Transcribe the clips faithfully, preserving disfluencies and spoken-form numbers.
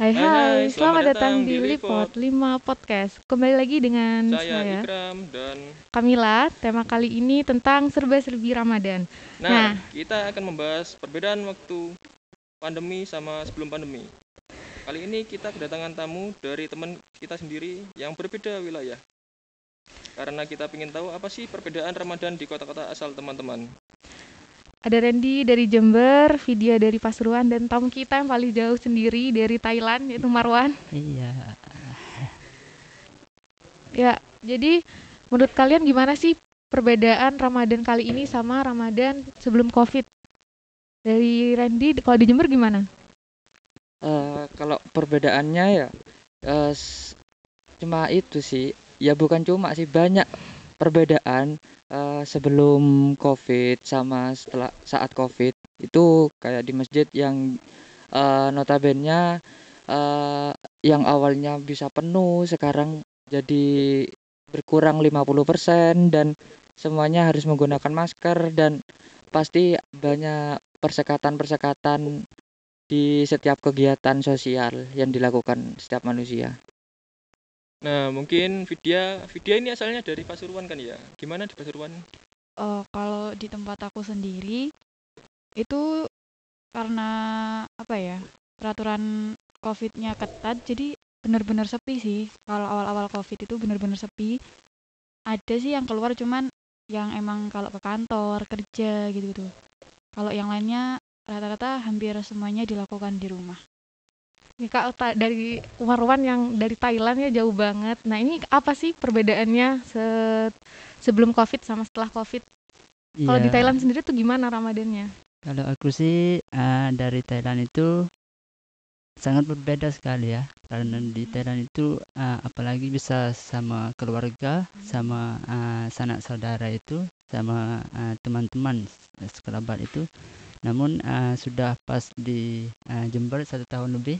Hai Hai hai, hai, selamat selamat datang datang di di Lipot. Lipot lima Podcast. Kembali lagi dengan Saya saya, Ikram dan Kamila. Tema kali ini tentang serba-serbi Ramadan. nah, Nah, kita akan membahas perbedaan waktu pandemi sama sebelum pandemi. Kali ini kita kedatangan tamu dari teman kita sendiri yang berbeda wilayah. Karena kita ingin tahu apa sih perbedaan Ramadan di kota-kota asal teman-teman. ada Randy dari Jember, Vidya dari Pasuruan, dan tamu kita yang paling jauh sendiri dari Thailand, yaitu Marwan. Iya, Ya, jadi menurut kalian gimana sih perbedaan Ramadan kali ini sama Ramadan sebelum COVID? Dari Randy, kalau di Jember gimana? eh, kalau perbedaannya ya eh, s- cuma itu sih. Ya bukan cuma sih, banyak perbedaan eh, sebelum COVID sama setelah saat COVID. Itu kayak di masjid yang eh, notabene eh, yang awalnya bisa penuh sekarang jadi berkurang lima puluh persen dan semuanya harus menggunakan masker dan pasti banyak persekatan-persekatan di setiap kegiatan sosial yang dilakukan setiap manusia. Nah, mungkin Vidya, Vidya ini asalnya dari Pasuruan kan ya? Gimana di Pasuruan? Eh, kalau di tempat aku sendiri itu karena apa ya peraturan COVID-nya ketat, jadi benar-benar sepi sih. Kalau awal-awal COVID itu benar-benar sepi. Ada sih yang keluar, cuman yang emang kalau ke kantor kerja gitu-gitu. Kalau yang lainnya rata-rata hampir semuanya dilakukan di rumah. Ini Kak, ta- dari Marwan yang dari Thailand ya jauh banget. Nah, ini apa sih perbedaannya se- sebelum COVID sama setelah COVID? Kalau di Iya, Thailand sendiri tuh gimana Ramadannya? kalau aku sih eh, dari Thailand itu sangat berbeda sekali ya. Karena di Thailand itu eh, apalagi bisa sama keluarga, sama eh, sanak saudara itu, sama eh, teman-teman eh, sekerabat itu. Namun eh, sudah pas di eh, Jember satu tahun lebih,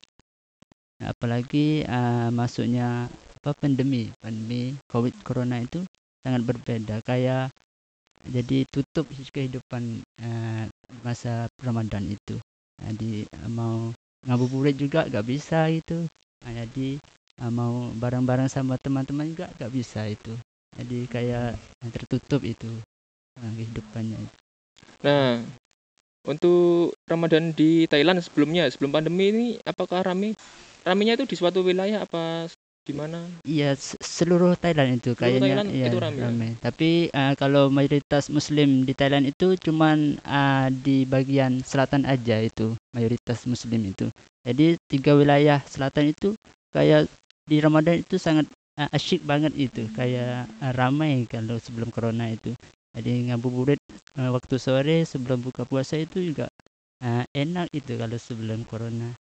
apalagi eh, masuknya apa pandemi, pandemi COVID Corona itu sangat berbeda. Kayak jadi tutup kehidupan eh, masa Ramadan itu. Jadi eh, mau ngabuburit juga gak bisa gitu. Nah, jadi eh, mau bareng-bareng sama teman-teman juga gak bisa itu. Jadi kayak tertutup itu eh, kehidupannya itu. Nah, untuk Ramadan di Thailand sebelumnya, sebelum pandemi ini apakah rame? Ramenya itu di suatu wilayah apa di mana? Iya, se- seluruh Thailand itu Seluruh kayaknya Thailand itu ya rame ya? ramai. Tapi eh, kalau mayoritas Muslim di Thailand itu cuman eh, di bagian selatan aja itu mayoritas Muslim itu. Jadi tiga wilayah selatan itu kayak di Ramadan itu sangat eh, asyik banget itu, kayak eh, ramai kalau sebelum corona itu. Jadi ngabuburit eh, waktu sore sebelum buka puasa itu juga eh, enak itu kalau sebelum corona.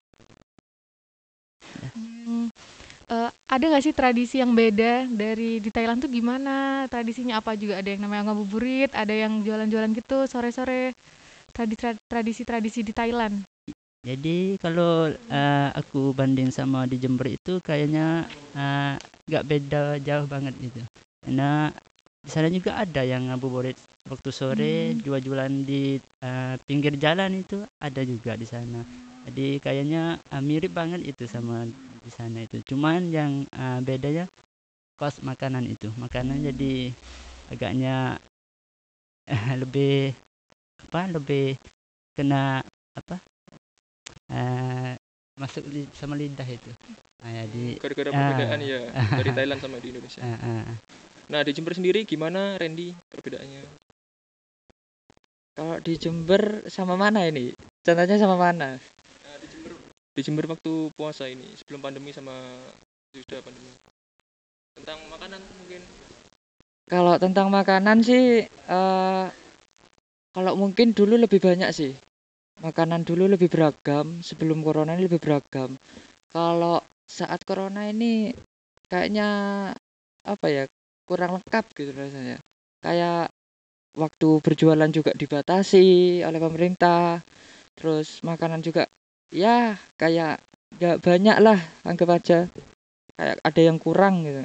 Hmm, eh, ada nggak sih tradisi yang beda dari di Thailand tuh gimana? Tradisinya apa juga? Ada yang namanya ngabuburit, ada yang jualan-jualan gitu sore-sore. Tradi- Tradisi-tradisi di Thailand. Jadi kalau eh, aku banding sama di Jember itu kayaknya eh, nggak beda jauh banget gitu. Karena di sana juga ada yang ngabuburit waktu sore, Hmm. jual-jualan di eh, pinggir jalan itu ada juga di sana. Jadi kayaknya eh, mirip banget itu sama di sana itu. Cuman yang eh, bedanya kos makanan itu. Makanan jadi agaknya lebih apa? Lebih kena apa? eh masuk li- sama lidah itu. Nah, jadi Gara-gara perbedaan ah, ya dari Thailand sama di Indonesia. ah, ah. Nah, di Jember sendiri gimana Randy perbedaannya? Kalau di Jember sama mana ini? Contohnya sama mana? Nah, di Jember di Jember waktu puasa ini sebelum pandemi sama sudah pandemi. Tentang makanan mungkin. Kalau tentang makanan sih, eh kalau mungkin dulu lebih banyak sih. Makanan dulu lebih beragam, sebelum corona ini lebih beragam. Kalau saat corona ini kayaknya apa ya, kurang lengkap gitu rasanya. Kayak waktu berjualan juga dibatasi oleh pemerintah. Terus makanan juga ya kayak nggak banyak lah, anggap aja. Kayak ada yang kurang gitu.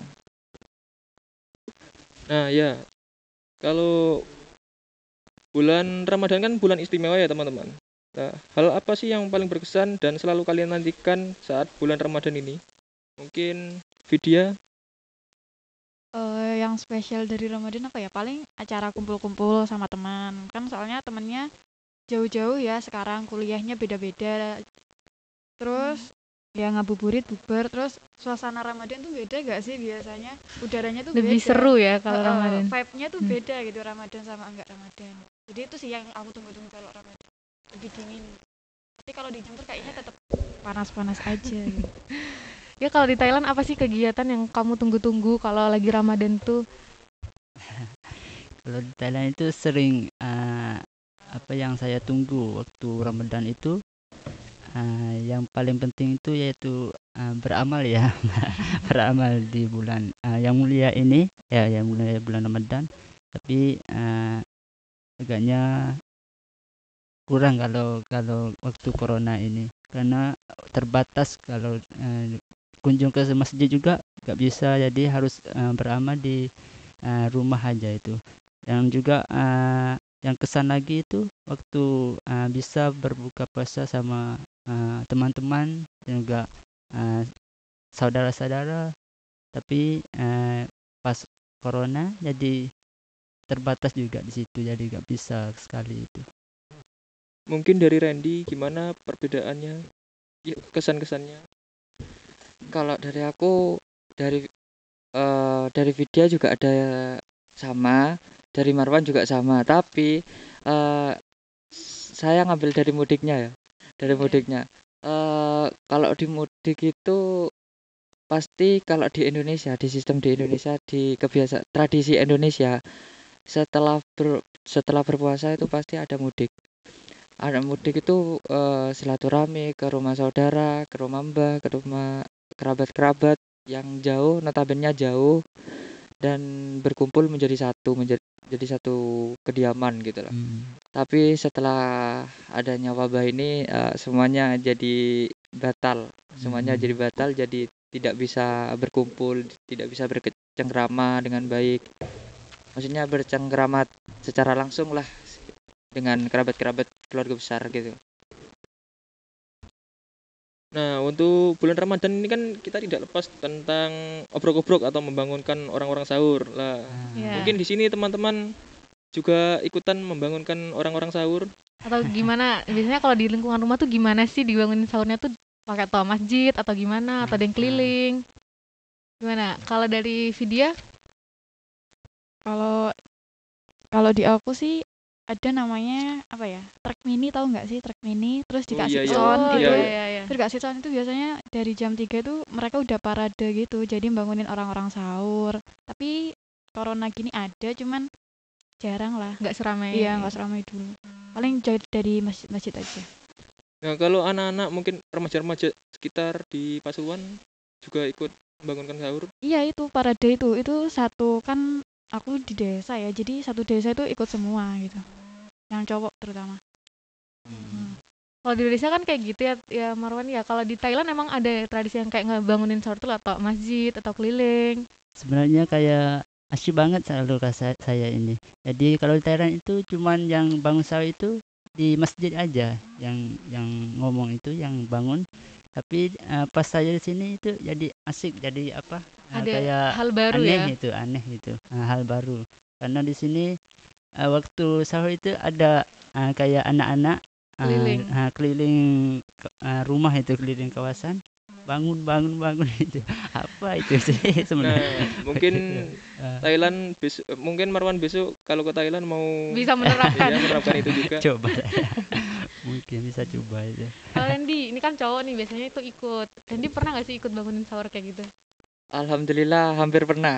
Nah, ya. Kalau bulan Ramadan kan bulan istimewa ya, teman-teman. Nah, hal apa sih yang paling berkesan dan selalu kalian nantikan saat bulan Ramadan ini? Mungkin Vidya. Eh, yang spesial dari Ramadan apa ya? Paling acara kumpul-kumpul sama teman. Kan soalnya temennya jauh-jauh ya, sekarang kuliahnya beda-beda. Terus ya ngabuburit, bubar. Terus suasana Ramadan tuh beda gak sih biasanya? Udaranya tuh Lebih beda. seru ya kalau Heeh, Ramadan. vibe-nya tuh Hmm. beda gitu Ramadan sama enggak Ramadan. Jadi itu sih yang aku tunggu-tunggu kalau Ramadan. Lebih dingin. Tapi kalau di Jember kayaknya tetap panas-panas aja gitu. Ya kalau di Thailand apa sih kegiatan yang kamu tunggu-tunggu kalau lagi Ramadan tuh? Kalau di Thailand itu sering eh, apa yang saya tunggu waktu Ramadan itu eh, yang paling penting itu yaitu eh, beramal ya. Beramal di bulan eh, yang mulia ini ya, yang mulia bulan Ramadan. Tapi eh, agaknya kurang kalau kalau waktu corona ini, karena terbatas kalau eh, kunjung ke masjid juga nggak bisa, jadi harus eh, beramal di eh, rumah aja itu. Dan juga eh, yang kesan lagi itu waktu eh, bisa berbuka puasa sama eh, teman-teman dan juga eh, saudara-saudara, tapi eh, pas corona jadi terbatas juga di situ, jadi nggak bisa sekali itu. Mungkin dari Randy, gimana perbedaannya? Ya, kesan-kesannya. Kalau dari aku, dari eh, dari Vidya juga ada sama, dari Marwan juga sama, tapi eh, saya ngambil dari mudiknya ya, dari Iya. mudiknya. Eh, kalau di mudik itu pasti, kalau di Indonesia, di sistem di Indonesia, di kebiasaan tradisi Indonesia, setelah ber, setelah berpuasa itu pasti ada mudik. Ada mudik itu eh, silaturahmi ke rumah saudara, ke rumah mbah, ke rumah kerabat-kerabat yang jauh, notabene jauh, dan berkumpul menjadi satu, menjadi jadi satu kediaman gitu loh. Hmm. Tapi setelah adanya wabah ini eh, semuanya jadi batal, semuanya Hmm. jadi batal, jadi tidak bisa berkumpul, tidak bisa bercengkrama dengan baik. Maksudnya bercengkrama secara langsung lah dengan kerabat-kerabat keluarga besar gitu. Nah, untuk bulan Ramadan ini kan kita tidak lepas tentang obrok-obrok atau membangunkan orang-orang sahur. Lah, Ya. mungkin di sini teman-teman juga ikutan membangunkan orang-orang sahur. Atau gimana? Biasanya kalau di lingkungan rumah tuh gimana sih dibangunin sahurnya tuh, pakai toa masjid atau gimana? Atau ada yang keliling? Gimana? Kalau dari Vidya? Kalau kalau di aku sih ada namanya apa ya? Trek mini, tahu nggak sih trek mini? Terus Oh, dikasih iya, iya. sound Oh Iya, itu. iya iya. iya iya. Terus dikasih sound itu biasanya dari jam tiga tuh mereka udah parade gitu. Jadi bangunin orang-orang sahur. Tapi corona gini ada, cuman jarang lah. Nggak seramai. Iya, nggak seramai dulu. Paling jauh dari masjid-masjid aja. Nah, kalau anak-anak mungkin remaja-remaja sekitar di Pasuruan juga ikut membangunkan sahur. Iya, itu parade itu. Itu satu, kan aku di desa ya. Jadi satu desa itu ikut semua gitu. Yang cowok terutama. Hmm. Kalau di Indonesia kan kayak gitu ya, ya Marwan ya. Kalau di Thailand emang ada tradisi yang kayak ngebangunin sahur tuh atau masjid atau keliling. Sebenarnya kayak asyik banget selalu rasa saya ini. Jadi kalau di Thailand itu cuman yang bangun sahur itu di masjid aja, yang yang ngomong itu yang bangun. Tapi eh, pas saya di sini itu jadi asik, jadi apa? eh, Ada kayak hal baru aneh ya. itu, aneh itu, eh, hal baru. Karena di sini eh, waktu sahur itu ada eh, kayak anak-anak eh, Keliling. eh, keliling ke- eh, rumah itu, keliling kawasan, bangun bangun bangun itu apa itu sih Nah, sebenarnya. mungkin Eh, Thailand besok, mungkin Marwan besok kalau ke Thailand mau Bisa menerapkan. ya, menerapkan itu juga. coba mungkin bisa coba itu. Kalau Randy, ini kan cowok nih biasanya itu ikut. Randy pernah nggak sih ikut bangunin sahur kayak gitu? Alhamdulillah hampir pernah.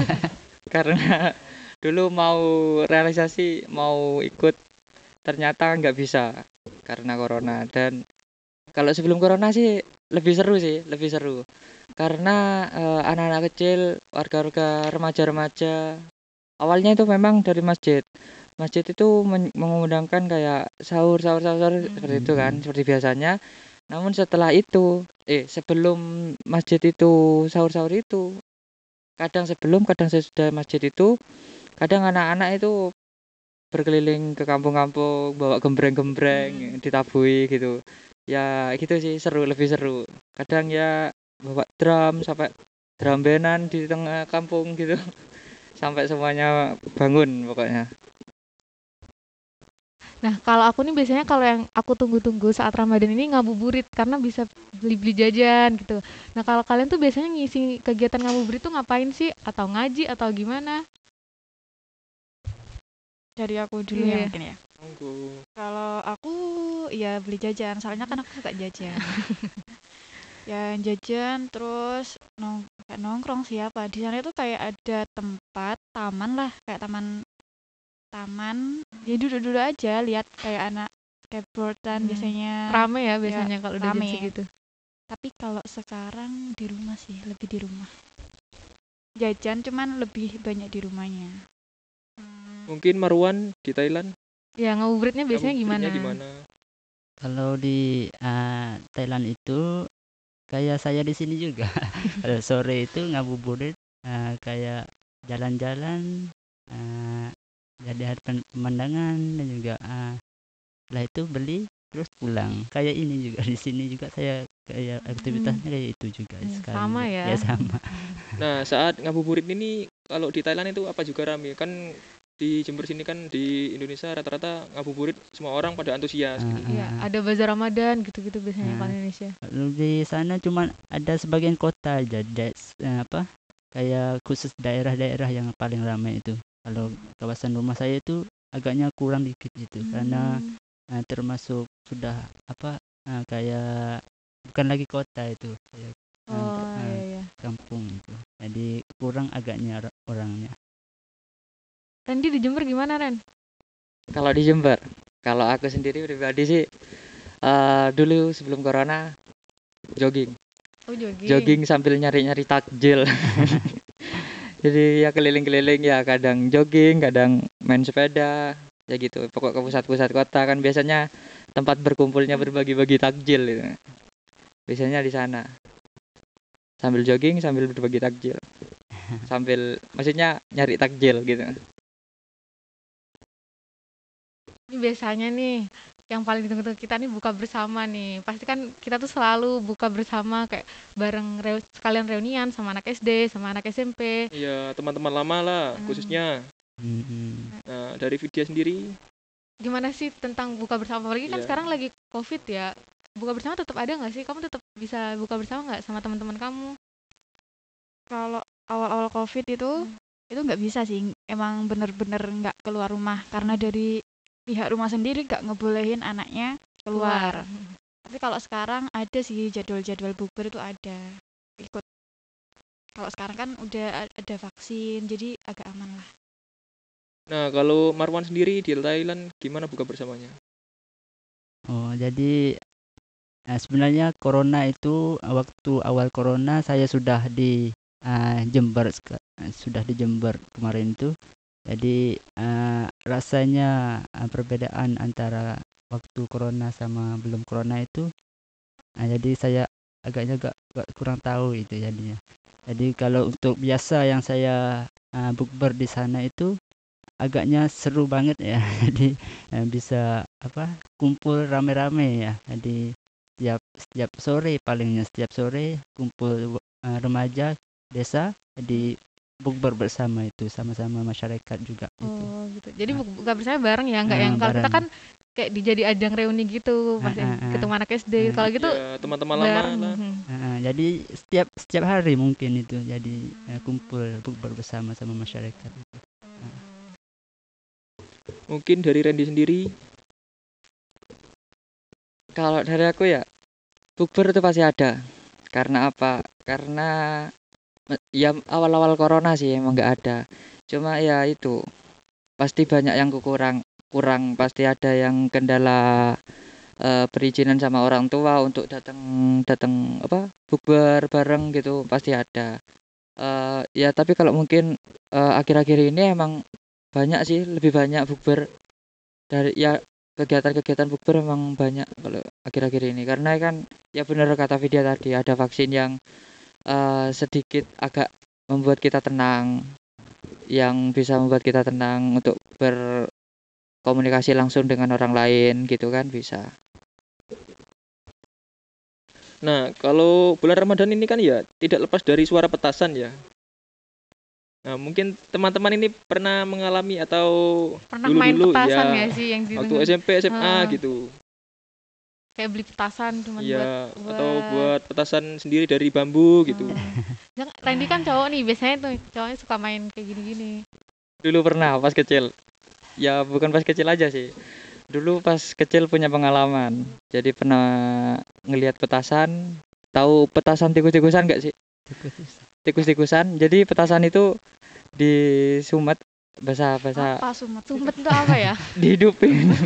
Karena dulu mau realisasi, mau ikut, ternyata nggak bisa karena corona. Dan kalau sebelum corona sih lebih seru sih, lebih seru. Karena eh, anak-anak kecil, warga-warga remaja-remaja, awalnya itu memang dari masjid. Masjid itu men- mengundangkan kayak sahur, sahur, sahur, sahur, Hmm. seperti itu kan, Hmm. seperti biasanya. Namun setelah itu, eh sebelum masjid itu sahur-sahur itu, kadang sebelum, kadang sesudah masjid itu, kadang anak-anak itu berkeliling ke kampung-kampung bawa gembreng-gembreng ditabui gitu. Ya gitu sih, seru, lebih seru. Kadang ya bawa drum sampai drum bandan di tengah kampung gitu. Sampai semuanya bangun pokoknya. Nah, kalau aku nih biasanya kalau yang aku tunggu-tunggu saat Ramadan ini ngabuburit karena bisa beli-beli jajan gitu. Nah, kalau kalian tuh biasanya ngisi kegiatan ngabuburit tuh ngapain sih? Atau ngaji atau gimana? Dari aku dulu Iya. ya mungkin ya. Monggo. Kalau aku ya beli jajan, soalnya kan aku suka jajan. Ya jajan terus nong kayak nongkrong siapa di sana itu kayak ada tempat taman lah, kayak taman taman ya duduk-duduk aja lihat kayak anak skateboardan Hmm. biasanya. Rame ya biasanya kalau udah jam rame. segitu. Tapi kalau sekarang di rumah sih, lebih di rumah. Jajan cuman lebih banyak di rumahnya. Mungkin Marwan di Thailand Ya, ngabuburitnya biasanya gimana? ngabuburitnya gimana? Kalau di ah, Thailand itu kayak saya di sini juga. Kalau sore itu ngabuburit ah, kayak jalan-jalan, ah, lihat pemandangan dan juga ah, setelah itu beli terus pulang. Kayak ini juga di sini juga saya kayak aktivitasnya kayak itu juga Hmm, sekali. sama juga. ya. Ya sama. Nah, saat ngabuburit ini kalau di Thailand itu apa juga rame? Kan di Jember sini kan di Indonesia rata-rata ngabuburit semua orang pada antusias Ah, gitu. ah, Iya, ah. ada bazar Ramadan gitu-gitu biasanya Ah. kalau Indonesia. Kalau di sana cuma ada sebagian kota aja, da- eh, apa kayak khusus daerah-daerah yang paling ramai itu. Kalau kawasan rumah saya itu agaknya kurang dikit gitu, karena Hmm. eh, termasuk sudah apa eh, kayak bukan lagi kota itu, kayak eh, Oh, ka- iya eh, iya. kampung itu. Jadi kurang agaknya or- orangnya. Randy di Jember gimana, Ren? Kalau di Jember, kalau aku sendiri pribadi sih eh, dulu sebelum corona jogging. Oh, jogging. Jogging sambil nyari-nyari takjil. Jadi ya keliling-keliling ya, kadang jogging, kadang main sepeda, ya gitu. Pokok ke pusat-pusat kota kan biasanya tempat berkumpulnya berbagi-bagi takjil gitu. Biasanya di sana. Sambil jogging, sambil berbagi takjil. Sambil maksudnya nyari takjil gitu. Ini biasanya nih yang paling ditunggu-tunggu kita nih buka bersama nih. Pasti kan kita tuh selalu buka bersama kayak bareng reu sekalian reunian sama anak S D, sama anak S M P. Iya, teman-teman lama lah Hmm. khususnya. Mm-mm. Nah, dari Vidya sendiri Gimana sih tentang buka bersama? Apalagi kan Iya. sekarang lagi Covid ya. Buka bersama tetap ada nggak sih? Kamu tetap bisa buka bersama nggak sama teman-teman kamu? Kalau awal-awal Covid itu itu nggak bisa sih. Emang bener-bener nggak keluar rumah karena dari pihak rumah sendiri nggak ngebolehin anaknya keluar. Tapi kalau sekarang ada sih jadwal-jadwal bukber itu ada. Ikut. Kalau sekarang kan udah a- ada vaksin, jadi agak aman lah. Nah, kalau Marwan sendiri di Thailand gimana buka bersamanya? Oh, jadi eh, sebenarnya corona itu eh, waktu awal corona saya sudah di eh, Jember seka- eh, sudah di Jember kemarin itu. Jadi eh, rasanya eh, perbedaan antara waktu corona sama belum corona itu, eh, jadi saya agaknya gak, gak kurang tahu itu jadinya. Jadi kalau untuk biasa yang saya eh, bukber di sana itu agaknya seru banget ya. Jadi eh, bisa apa kumpul rame-rame ya. Jadi setiap setiap sore palingnya setiap sore kumpul eh, remaja desa di bukber bersama itu sama-sama masyarakat juga gitu. Oh gitu. Jadi Nah. bu- buka bersama bareng ya, nggak Ah, yang kalau kita bareng. kan kayak dijadi ajang reuni gitu, pas Ah, ah, ah. ketemu anak S D. Ah. Kalau gitu Ya, teman-teman lama bareng. lah. Mhm. Ah, jadi setiap setiap hari mungkin itu jadi eh, kumpul bukber bersama sama masyarakat. Mungkin dari Randy sendiri Kalau dari aku ya, bukber itu pasti ada. Karena apa? Karena me- ya awal-awal corona sih emang nggak ada. Cuma ya itu pasti banyak yang kurang, kurang pasti ada yang kendala eh, perizinan sama orang tua untuk datang datang apa bukber bareng gitu pasti ada. Eh, ya tapi kalau mungkin eh, akhir-akhir ini emang banyak sih, lebih banyak bukber dari ya kegiatan-kegiatan bukber emang banyak kalau akhir-akhir ini karena kan ya benar kata Vidya tadi ada vaksin yang eh, sedikit agak membuat kita tenang, yang bisa membuat kita tenang untuk ber komunikasi langsung dengan orang lain gitu kan bisa. Nah, kalau bulan Ramadan ini kan ya tidak lepas dari suara petasan ya. Nah, mungkin teman-teman ini pernah mengalami atau Pernah main dulu-dulu petasan ya nggak sih yang waktu didengar? S M P, S M A Heeh. gitu. Kayak beli petasan cuman buat Ya, atau buat buat petasan sendiri dari bambu gitu. Heeh. Yang Randy kan cowok nih, biasanya tuh cowoknya suka main kayak gini-gini. Dulu pernah pas kecil. Ya bukan pas kecil aja sih. Dulu pas kecil punya pengalaman. Jadi pernah ngelihat petasan. Tahu petasan tikus-tikusan nggak sih? Tikus. Tikus-tikusan. Jadi petasan itu disumet bahasa-bahasa Apa sumet? Sumpet itu apa ya? dihidupin.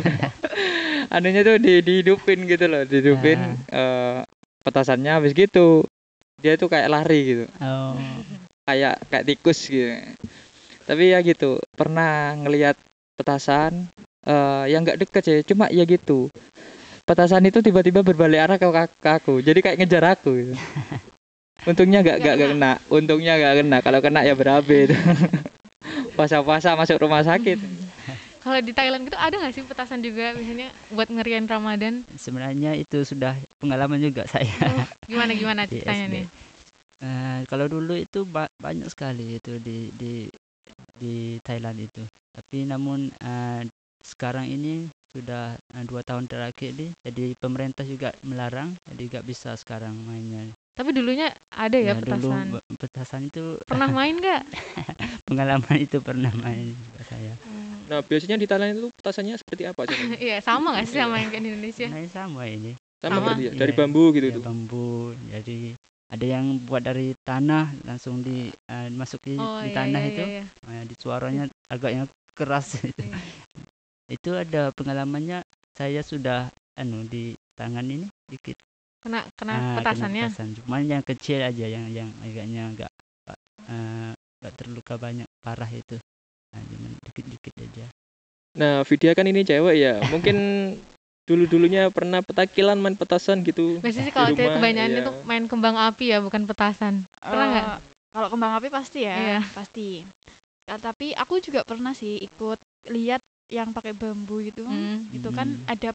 Anunya tuh di, dihidupin gitu loh, dihidupin eh, petasannya habis gitu. Dia tuh kayak lari gitu. Oh, Kayak kayak tikus gitu. Tapi ya gitu, pernah ngelihat petasan eh yang nggak deket sih, cuma ya gitu. Petasan itu tiba-tiba berbalik arah ke, ke aku, jadi kayak ngejar aku gitu. Untungnya nggak Nggak nggak kena. Untungnya nggak kena. Kalau kena ya berabe itu. Puasa-puasa masuk rumah sakit. Kalau di Thailand gitu ada nggak sih petasan juga biasanya buat ngeriain Ramadan? sebenarnya itu sudah pengalaman juga saya Oh, gimana gimana di ceritanya S D. nih? Eh, kalau dulu itu ba- banyak sekali itu di di di Thailand itu. Tapi namun eh, sekarang ini sudah eh, dua tahun terakhir nih, jadi pemerintah juga melarang, jadi nggak bisa sekarang mainnya. Tapi dulunya ada ya, Ya dulu petasan. be- petasan itu Pernah main nggak? pengalaman itu pernah main juga saya. Nah, biasanya di Thailand itu petasannya seperti apa sih? Iya, sama nggak sih Iya. sama yang kayak di Indonesia? Main sama ini. Sama Sama. berarti ya, dari Iya, bambu gitu ya tuh. bambu. Jadi ada yang buat dari tanah langsung di eh, masukin Oh di iya tanah iya itu. iya. iya. Nah, di suaranya agaknya keras itu. Iya. Itu ada pengalamannya, saya sudah anu di tangan ini dikit Kena kena ah, kena petasannya. petasan. Cuman yang kecil aja yang yang agaknya agak eh, agak terluka banyak parah itu. Nah, cuman dikit-dikit aja. Nah, Vidya kan ini cewek ya. Mungkin dulu-dulunya pernah petakilan main petasan gitu. Biasanya sih Di kalau cewek rumah, kebanyakan iya. itu main kembang api ya, bukan petasan. Pernah nggak? Eh, Kalau kembang api pasti ya, Iya. pasti. Ya, tapi aku juga pernah sih ikut lihat yang pakai bambu gitu. Hmm. Itu kan Hmm. ada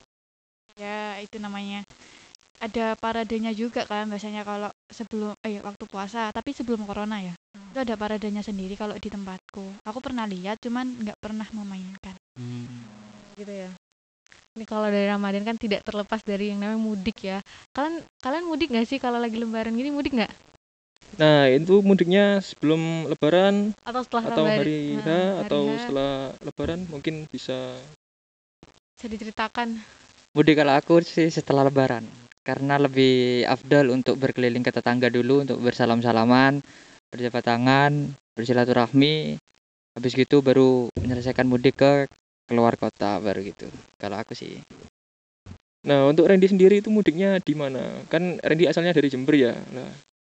ya itu namanya. Ada paradenya juga kan biasanya kalau sebelum eh waktu puasa, tapi sebelum corona ya. Itu ada paradenya sendiri kalau di tempatku. Aku pernah lihat cuman nggak pernah memainkan. Hmm. Gitu ya. Ini kalau dari Ramadan kan tidak terlepas dari yang namanya mudik ya. Kalian kalian mudik nggak sih kalau lagi Lebaran gini, mudik nggak? Nah, itu mudiknya sebelum Lebaran Atau setelah atau Lebaran? hari H Heeh, hari atau H. setelah Lebaran mungkin bisa. Bisa diceritakan. Mudik kalau aku sih setelah lebaran. Karena lebih afdal untuk berkeliling ke tetangga dulu untuk bersalam-salaman, berjabat tangan, bersilaturahmi. Habis gitu baru menyelesaikan mudik ke keluar kota baru gitu. Kalau aku sih. Nah, untuk Randy sendiri itu mudiknya di mana? Kan Randy asalnya dari Jember ya. Nah,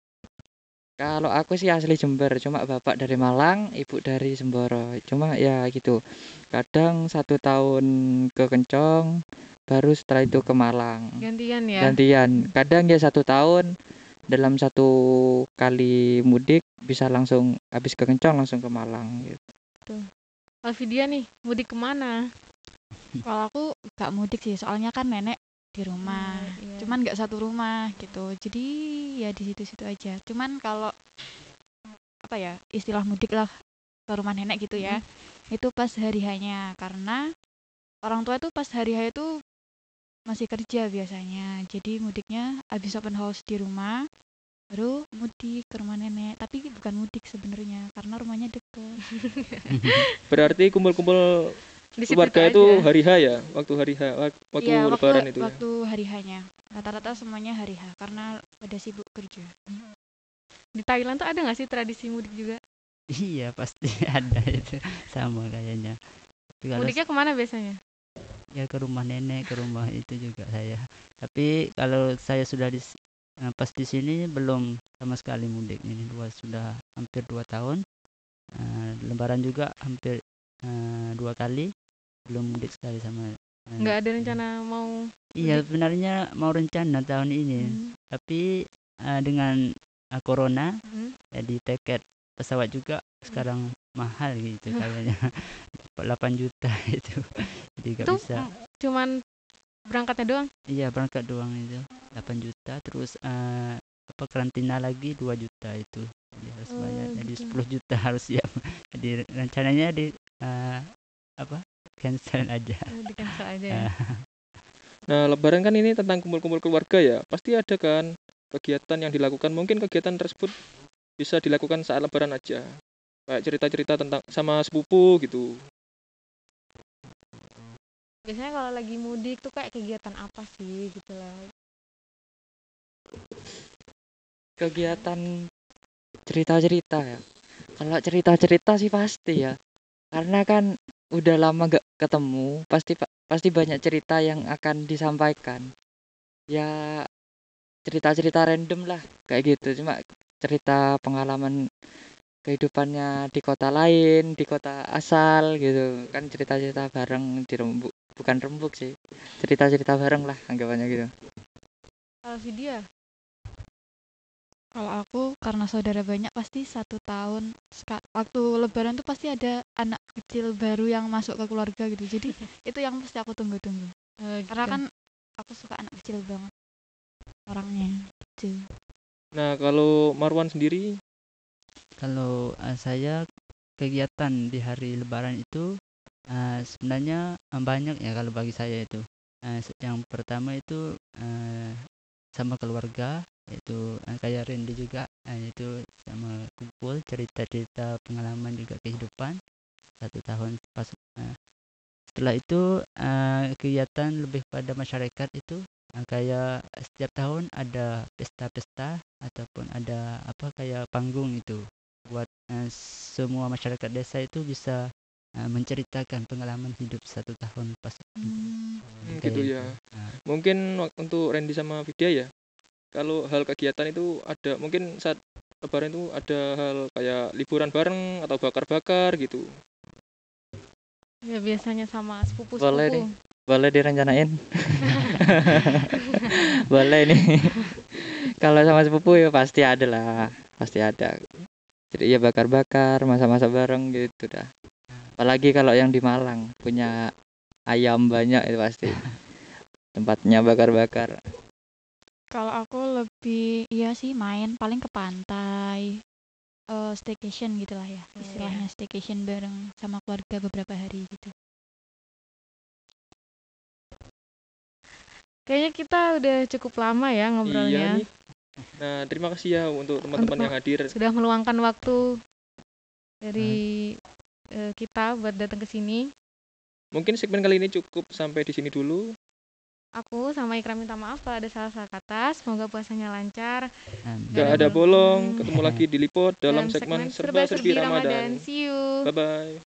Kalau aku sih asli Jember, cuma bapak dari Malang, ibu dari Semboro. Cuma ya gitu. Kadang satu tahun ke Kencong, baru setelah itu ke Malang. Gantian ya. Gantian. Kadang ya satu tahun dalam satu kali mudik bisa langsung habis ke Kencong langsung ke Malang gitu. Kalau Vidya nih, mudik kemana? Kalau aku nggak mudik sih, soalnya kan nenek di rumah. Hmm, iya. Cuman nggak satu rumah gitu. Jadi ya di situ-situ aja. Cuman kalau apa ya istilah mudik lah ke rumah nenek gitu ya, itu pas hari hanya karena orang tua itu pas hari H itu masih kerja biasanya. Jadi mudiknya habis open house di rumah, baru mudik ke rumah nenek. Tapi bukan mudik sebenarnya karena rumahnya deket. berarti kumpul-kumpul Di situ keluarga aja. itu hari H ya, waktu hari H, wak- waktu Iya, Lebaran itu ya. waktu hari hanya. Rata-rata semuanya hari H karena pada sibuk kerja. Di Thailand tuh ada nggak sih tradisi mudik juga? Iya pasti ada itu sama kayaknya. Tapi kalau Mudiknya kemana biasanya? ya ke rumah nenek, ke rumah itu juga saya. Tapi kalau saya sudah di eh, pas di sini belum sama sekali mudik ini dua sudah hampir dua tahun. Eh, Lebaran juga hampir eh, dua kali belum mudik sekali sama. eh, Nggak ada rencana mau. Iya mudik? sebenarnya mau rencana tahun ini, Hmm. tapi eh, dengan eh, corona Hmm. jadi tiket pesawat juga sekarang mahal gitu kayaknya. delapan juta itu. Jadi nggak Itu bisa. mm, cuman berangkatnya doang. Iya, berangkat doang itu delapan juta, terus eh, apa karantina lagi dua juta itu. Jadi harus Oh, bayar. Jadi gitu. sepuluh juta harus siap. Jadi rencananya di eh, apa? Cancel aja. Oh, di cancel aja ya. Eh, Nah, lebaran kan ini tentang kumpul-kumpul keluarga ya. Pasti ada kan kegiatan yang dilakukan. Mungkin kegiatan tersebut bisa dilakukan saat lebaran aja. Kayak cerita-cerita tentang sama sepupu gitu. Biasanya kalau lagi mudik tuh kayak kegiatan apa sih gitu lah. Kegiatan cerita-cerita ya. Kalau cerita-cerita sih pasti ya. Karena kan udah lama gak ketemu, pasti pa- pasti banyak cerita yang akan disampaikan. Ya cerita-cerita random lah kayak gitu. Cuma cerita pengalaman kehidupannya di kota lain, di kota asal gitu. Kan cerita-cerita bareng di Rembuk. Bukan Rembuk sih. Cerita-cerita bareng lah anggapannya gitu. Kalau video Kalau aku karena saudara banyak pasti satu tahun seka- waktu lebaran tuh pasti ada anak kecil baru yang masuk ke keluarga gitu. Jadi itu yang pasti aku tunggu-tunggu. eh, Karena gitu. kan aku suka anak kecil banget orangnya gitu. Nah, kalau Marwan sendiri, Kalau eh, saya kegiatan di hari Lebaran itu eh, sebenarnya eh, banyak ya kalau bagi saya itu. Eh, se- yang pertama itu eh, sama keluarga, itu eh, kayak Randy juga, eh, itu sama kumpul cerita-cerita pengalaman juga kehidupan satu tahun pas. eh, Setelah itu eh, kegiatan lebih pada masyarakat itu eh, kayak setiap tahun ada pesta-pesta ataupun ada apa kayak panggung itu buat eh, semua masyarakat desa itu bisa eh, menceritakan pengalaman hidup satu tahun pas Hmm, hmm, kayak gitu itu. ya. Nah, Mungkin wak- untuk Randy sama Vidya ya. Kalau hal kegiatan itu ada, mungkin saat lebaran itu ada hal kayak liburan bareng atau bakar-bakar gitu. Ya biasanya sama Boleh sepupu-sepupu. nih. Boleh direncanain. Boleh nih. Kalau sama sepupu ya pasti ada lah. Pasti ada. Jadi ya bakar-bakar, masa-masa bareng gitu dah. Apalagi kalau yang di Malang punya ayam banyak itu pasti tempatnya bakar-bakar. kalau aku lebih iya sih main paling ke pantai, eh staycation gitulah ya. Oh, Istilahnya staycation bareng sama keluarga beberapa hari gitu. Kayaknya kita udah cukup lama ya Iya ngobrolnya. nih. Nah, terima kasih ya untuk teman-teman Untuk yang hadir. sudah meluangkan waktu dari eh, kita buat datang ke sini. Mungkin segmen kali ini cukup sampai di sini dulu. Aku sama Ikra minta maaf kalau ada salah-salah kata. Semoga puasanya lancar. nah, Gak Gak ada ada bolong. bolong. Ketemu lagi di Lipot dalam Dalam segmen segmen serba-serbi Ramadan. See you. Bye-bye.